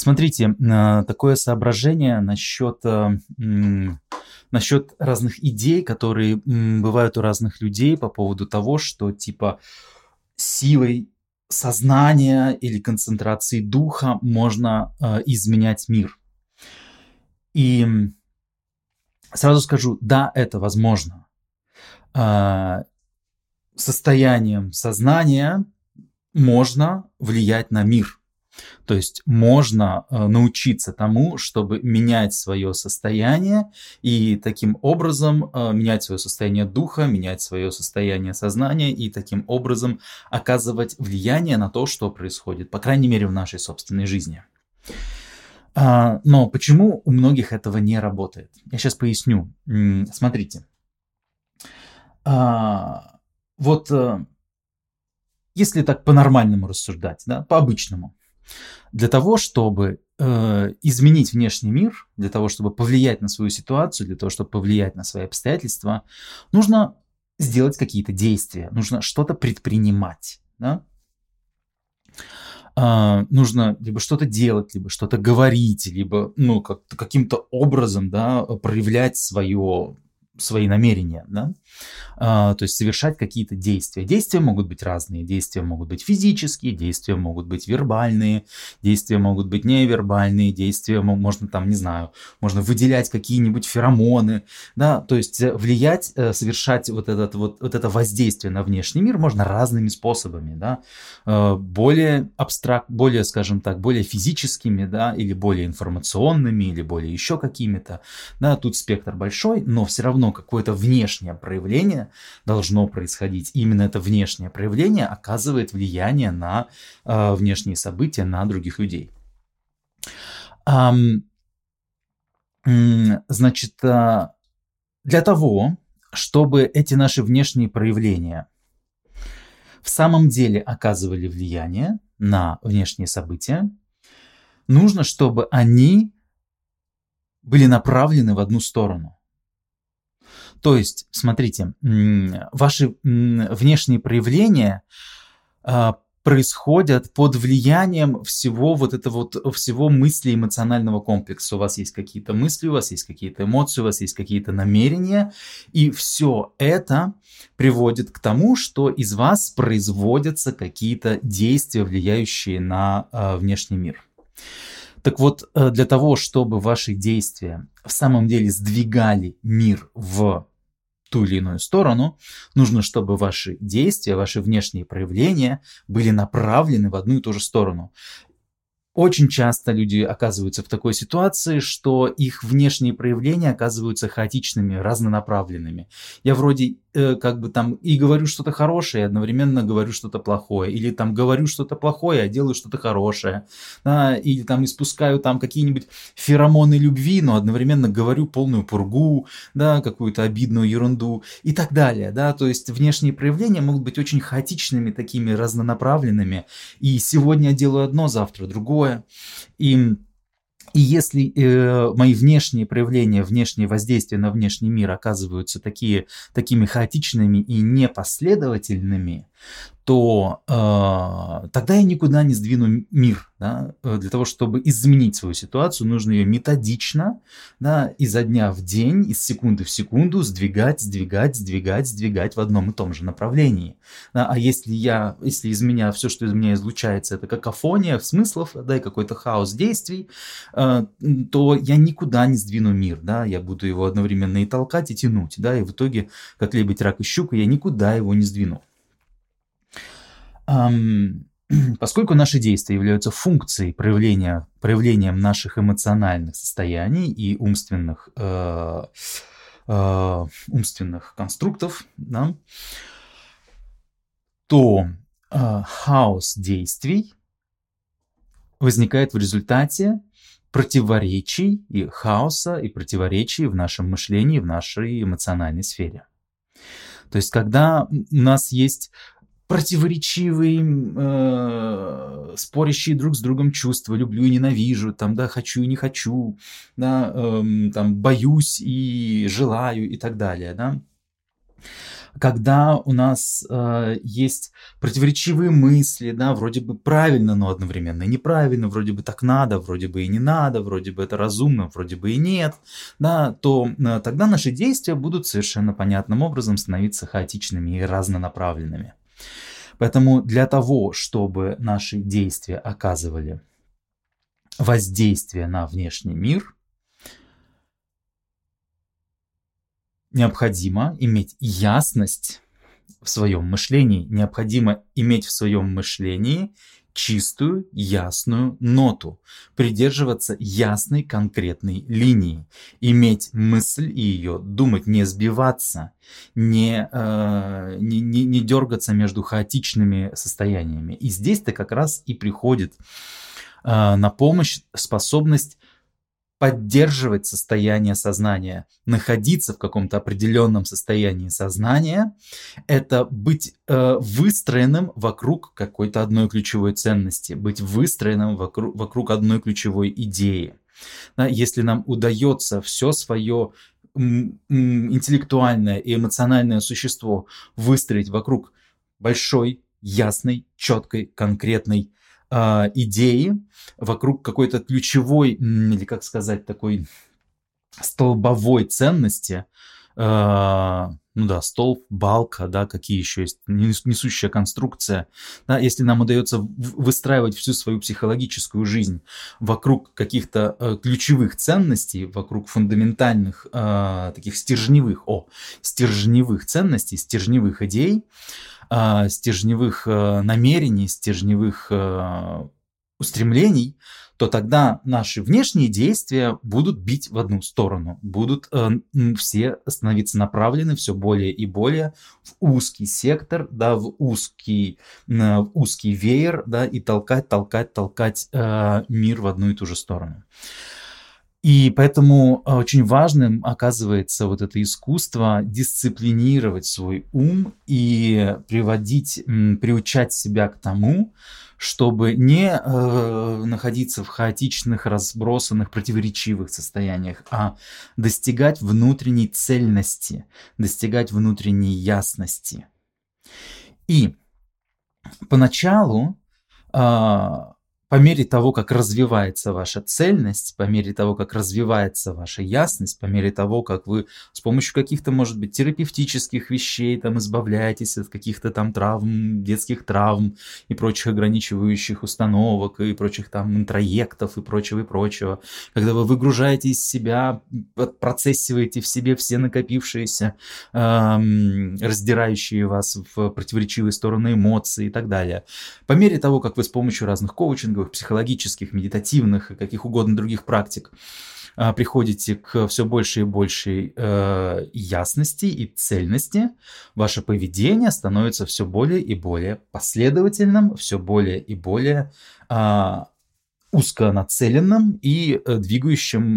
Смотрите, такое соображение насчет разных идей, которые бывают у разных людей по поводу того, что типа силой сознания или концентрации духа можно изменять мир. И сразу скажу, да, это возможно. Состоянием сознания можно влиять на мир. То есть можно научиться тому, чтобы менять свое состояние и таким образом менять свое состояние духа, менять свое состояние сознания и таким образом оказывать влияние на то, что происходит, по крайней мере, в нашей собственной жизни. Но почему у многих этого не работает? Я сейчас поясню. Смотрите. Вот если так по-нормальному рассуждать, да, по-обычному, для того, чтобы изменить внешний мир, для того, чтобы повлиять на свою ситуацию, для того, чтобы повлиять на свои обстоятельства, нужно сделать какие-то действия, нужно что-то предпринимать. Да? Нужно либо что-то делать, либо что-то говорить, либо каким-то образом, да, проявлять свои намерения, да? То есть совершать какие-то действия. Действия могут быть разные. Действия могут быть физические, действия могут быть вербальные, действия могут быть невербальные, действия можно там, не знаю, можно выделять какие-нибудь феромоны, да, то есть влиять, совершать вот это воздействие на внешний мир можно разными способами, да, более более, скажем так, более физическими, да, или более информационными, или более еще какими-то, да, тут спектр большой, но все равно какое-то внешнее проявление должно происходить. И именно это внешнее проявление оказывает влияние на внешние события, на других людей. Значит, для того, чтобы эти наши внешние проявления в самом деле оказывали влияние на внешние события, нужно, чтобы они были направлены в одну сторону. То есть, смотрите, ваши внешние проявления происходят под влиянием всего всего мысли эмоционального комплекса. У вас есть какие-то мысли, у вас есть какие-то эмоции, у вас есть какие-то намерения, и все это приводит к тому, что из вас производятся какие-то действия, влияющие на внешний мир. Так вот, для того, чтобы ваши действия в самом деле сдвигали мир в ту или иную сторону, нужно, чтобы ваши действия, ваши внешние проявления были направлены в одну и ту же сторону. Очень часто люди оказываются в такой ситуации, что их внешние проявления оказываются хаотичными, разнонаправленными. Я вроде как бы там и говорю что-то хорошее, и одновременно говорю что-то плохое. Или там говорю что-то плохое, а делаю что-то хорошее. Да? Или там испускаю там какие-нибудь феромоны любви, но одновременно говорю полную пургу, да, какую-то обидную ерунду и так далее. Да? То есть внешние проявления могут быть очень хаотичными, такими разнонаправленными. И сегодня я делаю одно, завтра другое. И если мои внешние проявления, внешние воздействия на внешний мир оказываются такими хаотичными и непоследовательными, то тогда я никуда не сдвину мир. Да? Для того, чтобы изменить свою ситуацию, нужно ее методично, да, изо дня в день, из секунды в секунду сдвигать в одном и том же направлении. Да? А если из меня, все, что из меня излучается, это какофония смыслов, да, и какой-то хаос действий, то я никуда не сдвину мир. Да? Я буду его одновременно и толкать, и тянуть. Да? И в итоге, как лебедь, рак и щука, я никуда его не сдвину. Поскольку наши действия являются функцией проявлением наших эмоциональных состояний и умственных конструктов, да, то хаос действий возникает в результате противоречий и хаоса, и противоречий в нашем мышлении, в нашей эмоциональной сфере. То есть, когда у нас есть противоречивые, спорящие друг с другом чувства, люблю и ненавижу, там, да, хочу и не хочу, да, там, боюсь и желаю и так далее, да. когда у нас есть противоречивые мысли, да, вроде бы правильно, но одновременно и неправильно, вроде бы так надо, вроде бы и не надо, вроде бы это разумно, вроде бы и нет, да, то тогда наши действия будут совершенно понятным образом становиться хаотичными и разнонаправленными. Поэтому для того, чтобы наши действия оказывали воздействие на внешний мир, необходимо иметь ясность в своем мышлении, необходимо иметь в своем мышлении чистую, ясную ноту, придерживаться ясной, конкретной линии, иметь мысль и ее думать, не сбиваться, не дергаться между хаотичными состояниями. И здесь-то как раз и приходит на помощь способность поддерживать состояние сознания, находиться в каком-то определенном состоянии сознания, это быть выстроенным вокруг какой-то одной ключевой ценности, быть выстроенным вокруг одной ключевой идеи. Да, если нам удается все свое интеллектуальное и эмоциональное существо выстроить вокруг большой, ясной, четкой, конкретной идеи, вокруг какой-то ключевой, или как сказать, такой столбовой ценности, ну да, столб, балка, да, какие еще есть, несущая конструкция, да, если нам удается выстраивать всю свою психологическую жизнь вокруг каких-то ключевых ценностей, вокруг фундаментальных таких стержневых ценностей, стержневых идей, стержневых намерений, стержневых устремлений, то тогда наши внешние действия будут бить в одну сторону, будут все становиться направлены все более и более в узкий сектор, да, в узкий веер, да, и толкать мир в одну и ту же сторону. И поэтому очень важным оказывается вот это искусство дисциплинировать свой ум и приучать себя к тому, чтобы не находиться в хаотичных, разбросанных, противоречивых состояниях, а достигать внутренней цельности, достигать внутренней ясности. И поначалу по мере того, как развивается ваша цельность, по мере того, как развивается ваша ясность, по мере того, как вы с помощью каких-то, может быть, терапевтических вещей там избавляетесь от каких-то там травм, детских травм и прочих ограничивающих установок и прочих там интроектов и прочего, когда вы выгружаете из себя, процессиваете в себе все накопившиеся, раздирающие вас в противоречивые стороны эмоции и так далее. По мере того, как вы с помощью разных коучинговых, психологических, медитативных и каких угодно других практик приходите к все большей и большей ясности и цельности, ваше поведение становится все более и более последовательным, все более и более узконацеленным и двигающим,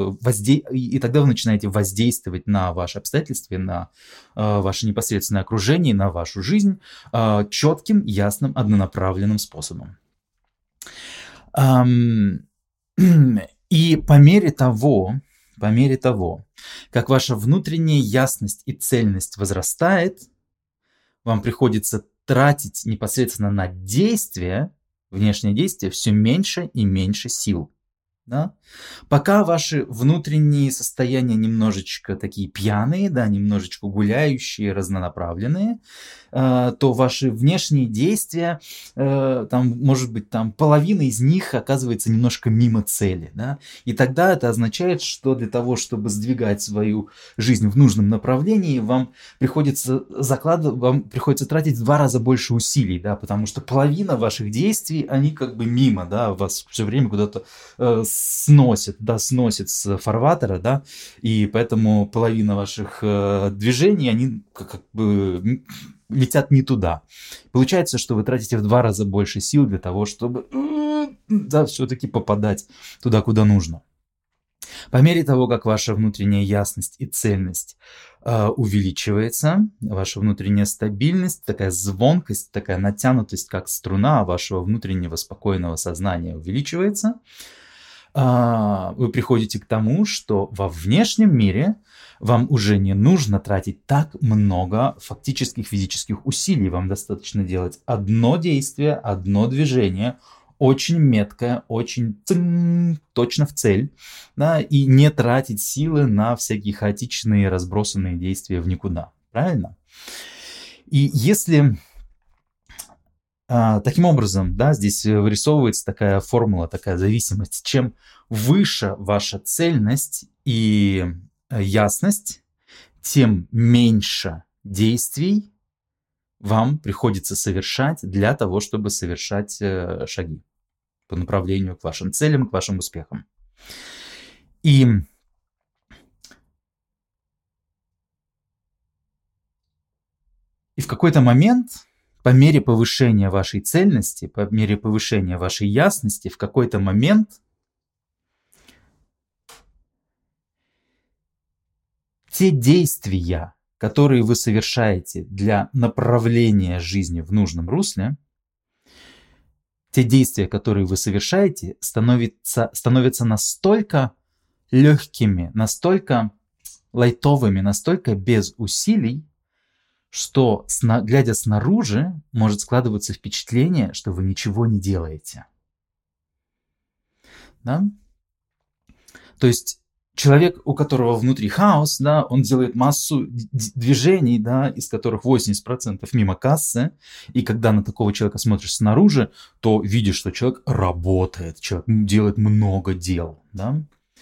и тогда вы начинаете воздействовать на ваши обстоятельства, на ваше непосредственное окружение, на вашу жизнь четким, ясным, однонаправленным способом. И по мере того, как ваша внутренняя ясность и цельность возрастает, вам приходится тратить непосредственно на действия, внешние действия, все меньше и меньше сил. Да? Пока ваши внутренние состояния немножечко такие пьяные, да, немножечко гуляющие, разнонаправленные, то ваши внешние действия, там, может быть, там половина из них оказывается немножко мимо цели. Да? И тогда это означает, что для того, чтобы сдвигать свою жизнь в нужном направлении, вам приходится тратить в 2 раза больше усилий, да, потому что половина ваших действий, они как бы мимо, да, вас все время куда-то сносит с фарватера, да, и поэтому половина ваших движений, они как бы летят не туда. Получается, что вы тратите в 2 раза больше сил для того, чтобы, да, все-таки попадать туда, куда нужно. По мере того, как ваша внутренняя ясность и цельность увеличивается, ваша внутренняя стабильность, такая звонкость, такая натянутость, как струна вашего внутреннего спокойного сознания увеличивается, вы приходите к тому, что во внешнем мире вам уже не нужно тратить так много фактических физических усилий. Вам достаточно делать одно действие, одно движение, очень меткое, очень точно в цель, да, и не тратить силы на всякие хаотичные разбросанные действия в никуда. Правильно? И если таким образом, да, здесь вырисовывается такая формула, такая зависимость. Чем выше ваша цельность и ясность, тем меньше действий вам приходится совершать для того, чтобы совершать шаги по направлению к вашим целям, к вашим успехам. И в какой-то момент, по мере повышения вашей цельности, по мере повышения вашей ясности, в какой-то момент те действия, которые вы совершаете для направления жизни в нужном русле, те действия, которые вы совершаете, становятся настолько легкими, настолько лайтовыми, настолько без усилий, что, глядя снаружи, может складываться впечатление, что вы ничего не делаете. Да? То есть человек, у которого внутри хаос, да, он делает массу движений, да, из которых 80% мимо кассы. И когда на такого человека смотришь снаружи, то видишь, что человек работает, человек делает много дел. Да?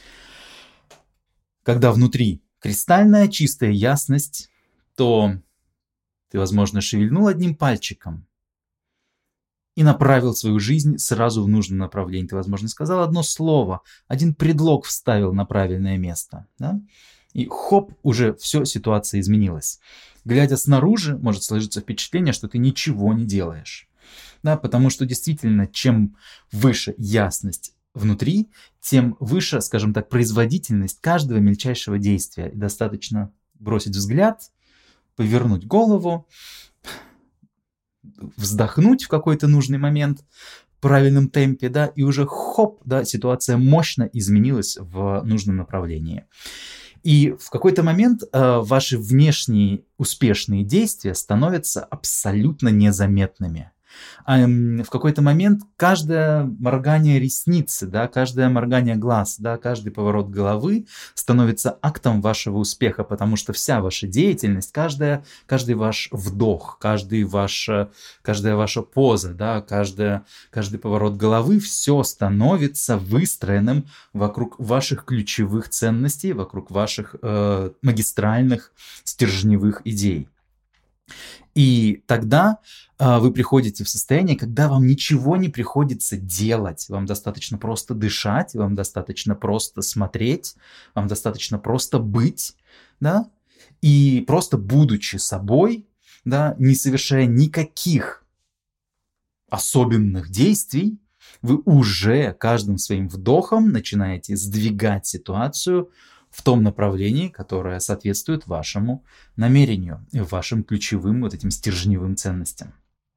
Когда внутри кристальная чистая ясность, то ты, возможно, шевельнул одним пальчиком и направил свою жизнь сразу в нужном направлении. Ты, возможно, сказал одно слово, один предлог вставил на правильное место. Да? И хоп, уже все, ситуация изменилась. Глядя снаружи, может сложиться впечатление, что ты ничего не делаешь. Да? Потому что действительно, чем выше ясность внутри, тем выше, скажем так, производительность каждого мельчайшего действия. И достаточно бросить взгляд, повернуть голову, вздохнуть в какой-то нужный момент в правильном темпе, да, и уже хоп, да, ситуация мощно изменилась в нужном направлении. И в какой-то момент ваши внешние успешные действия становятся абсолютно незаметными. В какой-то момент каждое моргание ресницы, да, каждое моргание глаз, да, каждый поворот головы становится актом вашего успеха, потому что вся ваша деятельность, каждый ваш вдох, каждая ваша поза, да, каждый поворот головы, все становится выстроенным вокруг ваших ключевых ценностей, вокруг ваших магистральных стержневых идей. И тогда вы приходите в состояние, когда вам ничего не приходится делать. Вам достаточно просто дышать, вам достаточно просто смотреть, вам достаточно просто быть, да? И просто будучи собой, да, не совершая никаких особенных действий, вы уже каждым своим вдохом начинаете сдвигать ситуацию в том направлении, которое соответствует вашему намерению, вашим ключевым вот этим стержневым ценностям.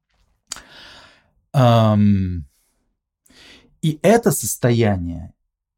И это состояние,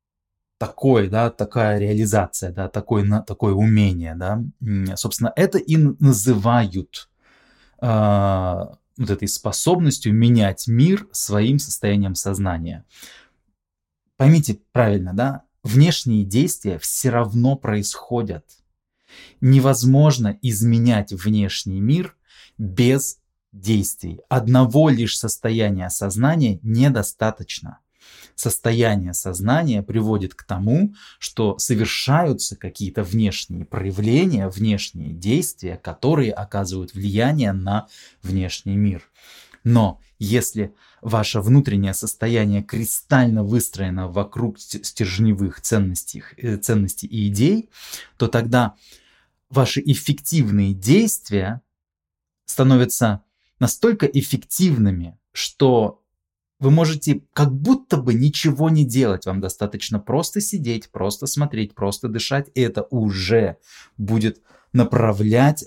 такая реализация, да, такое умение, да, собственно, это и называют вот этой способностью менять мир своим состоянием сознания. Поймите правильно, да, внешние действия все равно происходят. Невозможно изменять внешний мир без действий. Одного лишь состояния сознания недостаточно. Состояние сознания приводит к тому, что совершаются какие-то внешние проявления, внешние действия, которые оказывают влияние на внешний мир. Но если ваше внутреннее состояние кристально выстроено вокруг стержневых ценностей и идей, то тогда ваши эффективные действия становятся настолько эффективными, что вы можете как будто бы ничего не делать. Вам достаточно просто сидеть, просто смотреть, просто дышать, и это уже будет направлять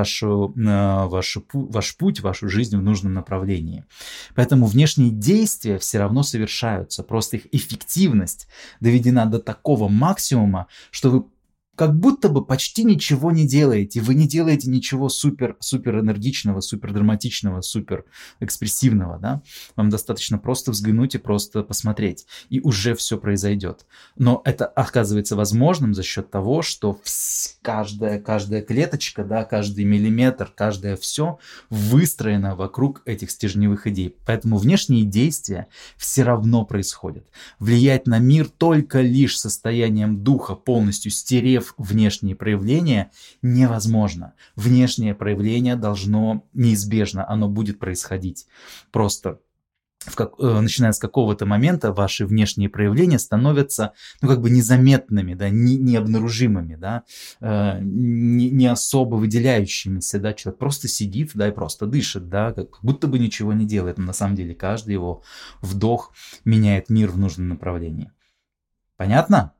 ваш путь, вашу жизнь в нужном направлении. Поэтому внешние действия все равно совершаются, просто их эффективность доведена до такого максимума, что вы как будто бы почти ничего не делаете. Вы не делаете ничего супер энергичного, супер драматичного, супер экспрессивного. Да? Вам достаточно просто взглянуть и просто посмотреть. И уже все произойдет. Но это оказывается возможным за счет того, что каждая клеточка, да, каждый миллиметр, каждое все выстроено вокруг этих стержневых идей. Поэтому внешние действия все равно происходят. Влиять на мир только лишь состоянием духа, полностью стерев внешние проявления, невозможно. Внешнее проявление должно неизбежно, оно будет происходить. Просто начиная с какого-то момента ваши внешние проявления становятся незаметными, да, необнаружимыми, да, не особо выделяющимися. Да. Человек просто сидит, да, и просто дышит, да, как будто бы ничего не делает. Но на самом деле каждый его вдох меняет мир в нужном направлении. Понятно?